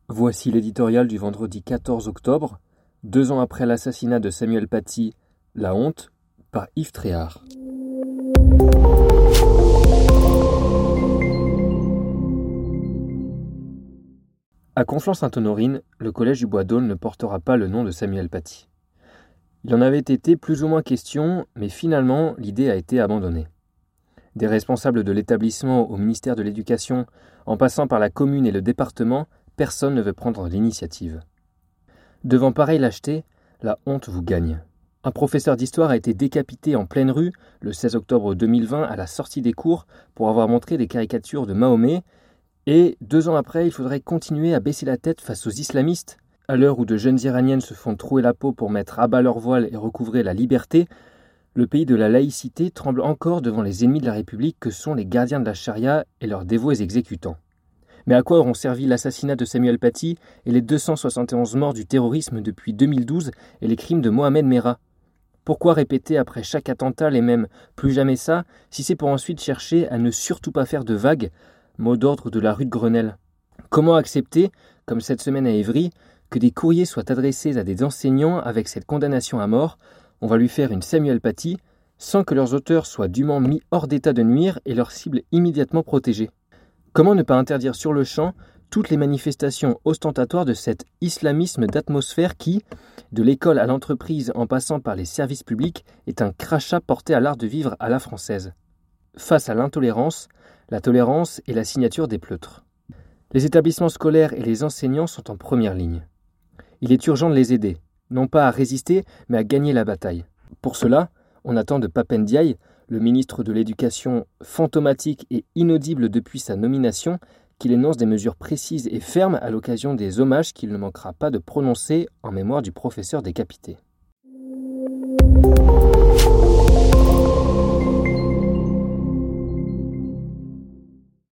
Voici l'éditorial du vendredi 14 octobre, 2 ans après l'assassinat de Samuel Paty, La honte, par Yves Tréhard. À Conflans-Sainte-Honorine, le collège du Bois d'Aulne ne portera pas le nom de Samuel Paty. Il en avait été plus ou moins question, mais finalement, l'idée a été abandonnée. Des responsables de l'établissement au ministère de l'Éducation, en passant par la commune et le département, personne ne veut prendre l'initiative. Devant pareille lâcheté, la honte vous gagne. Un professeur d'histoire a été décapité en pleine rue le 16 octobre 2020 à la sortie des cours pour avoir montré des caricatures de Mahomet. Et 2 ans après, il faudrait continuer à baisser la tête face aux islamistes. À l'heure où de jeunes iraniennes se font trouer la peau pour mettre à bas leur voile et recouvrer la liberté, le pays de la laïcité tremble encore devant les ennemis de la République que sont les gardiens de la charia et leurs dévots exécutants. Mais à quoi auront servi l'assassinat de Samuel Paty et les 271 morts du terrorisme depuis 2012 et les crimes de Mohamed Merah ? Pourquoi répéter après chaque attentat les mêmes « plus jamais ça » si c'est pour ensuite chercher à ne surtout pas faire de vagues, mot d'ordre de la rue de Grenelle ? Comment accepter, comme cette semaine à Évry, que des courriers soient adressés à des enseignants avec cette condamnation à mort ? On va lui faire une Samuel Paty, sans que leurs auteurs soient dûment mis hors d'état de nuire et leur cible immédiatement protégée. Comment ne pas interdire sur le champ toutes les manifestations ostentatoires de cet islamisme d'atmosphère qui, de l'école à l'entreprise en passant par les services publics, est un crachat porté à l'art de vivre à la française. Face à l'intolérance, la tolérance est la signature des pleutres. Les établissements scolaires et les enseignants sont en première ligne. Il est urgent de les aider, non pas à résister, mais à gagner la bataille. Pour cela, on attend de Pape Ndiaye, le ministre de l'Éducation fantomatique et inaudible depuis sa nomination, qu'il énonce des mesures précises et fermes à l'occasion des hommages qu'il ne manquera pas de prononcer en mémoire du professeur décapité.